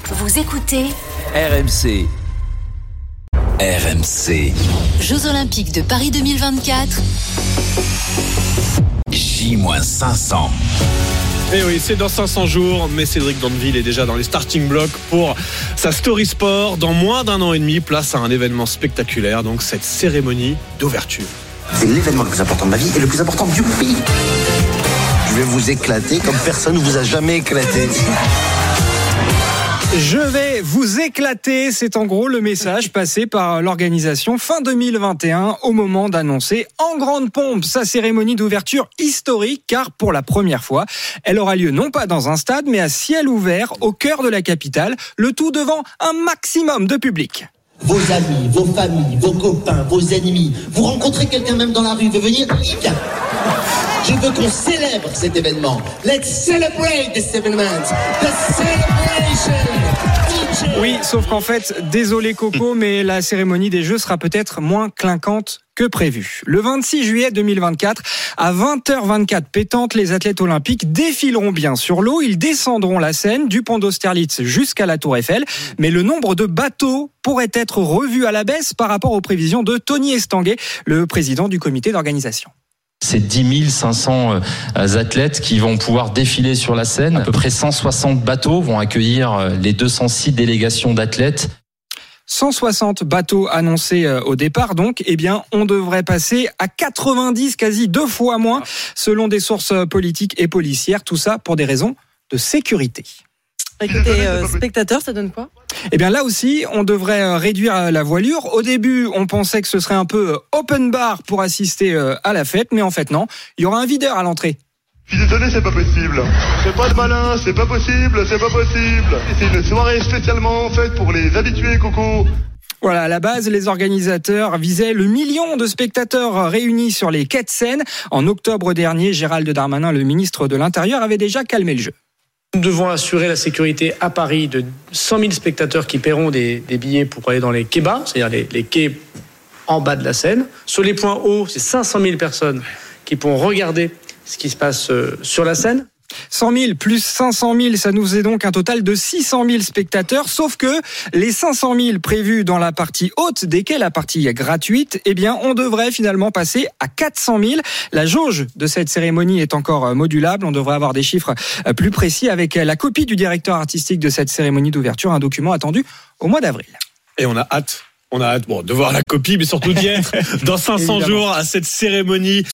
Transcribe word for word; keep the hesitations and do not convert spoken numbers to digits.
Vous écoutez R M C. R M C. Jeux Olympiques de Paris deux mille vingt-quatre. J cinq cents. Et oui, c'est dans cinq cents jours, mais Cédric Danville est déjà dans les starting blocks pour sa story sport. Dans moins d'un an et demi, place à un événement spectaculaire, donc cette cérémonie d'ouverture. C'est l'événement le plus important de ma vie et le plus important du pays. Je vais vous éclater comme personne ne vous a jamais éclaté. Je vais vous éclater, c'est en gros le message passé par l'organisation fin deux mille vingt et un au moment d'annoncer en grande pompe sa cérémonie d'ouverture historique, car pour la première fois, elle aura lieu non pas dans un stade mais à ciel ouvert au cœur de la capitale, le tout devant un maximum de public. Vos amis, vos familles, vos copains, vos ennemis, vous rencontrez quelqu'un même dans la rue, veut venir, il vient. Je veux qu'on célèbre cet événement. Let's celebrate this event. The celebration. Oui, sauf qu'en fait, désolé Coco, mais la cérémonie des Jeux sera peut-être moins clinquante que prévu. Le vingt-six juillet deux mille vingt-quatre, à vingt heures vingt-quatre pétantes, les athlètes olympiques défileront bien sur l'eau. Ils descendront la Seine du pont d'Austerlitz jusqu'à la Tour Eiffel. Mais le nombre de bateaux pourrait être revu à la baisse par rapport aux prévisions de Tony Estanguet, le président du comité d'organisation. C'est dix mille cinq cents athlètes qui vont pouvoir défiler sur la Seine. À peu près cent soixante bateaux vont accueillir les deux cent six délégations d'athlètes. cent soixante bateaux annoncés au départ, donc, eh bien, on devrait passer à quatre-vingt-dix, quasi deux fois moins, selon des sources politiques et policières. Tout ça pour des raisons de sécurité. Écoutez, euh, spectateurs, ça donne quoi ? Eh bien là aussi, on devrait réduire la voilure. Au début, on pensait que ce serait un peu open bar pour assister à la fête, mais en fait non, il y aura un videur à l'entrée. Je suis désolé, c'est pas possible. C'est pas de malin, c'est pas possible, c'est pas possible. C'est une soirée spécialement faite pour les habitués, Coco. Voilà, à la base, les organisateurs visaient le million de spectateurs réunis sur les quais de Seine. En octobre dernier, Gérald Darmanin, le ministre de l'Intérieur, avait déjà calmé le jeu. Nous devons assurer la sécurité à Paris de cent mille spectateurs qui paieront des, des billets pour aller dans les quais bas, c'est-à-dire les, les quais en bas de la Seine. Sur les points hauts, c'est cinq cent mille personnes qui pourront regarder ce qui se passe sur la Seine. cent mille plus cinq cent mille, ça nous faisait donc un total de six cent mille spectateurs, sauf que les cinq cent mille prévus dans la partie haute, des quais, la partie gratuite, eh bien, on devrait finalement passer à quatre cent mille. La jauge de cette cérémonie est encore modulable, on devrait avoir des chiffres plus précis avec la copie du directeur artistique de cette cérémonie d'ouverture, un document attendu au mois d'avril. Et on a hâte, on a hâte bon, de voir la copie, mais surtout d'y être dans cinq cents jours à cette cérémonie.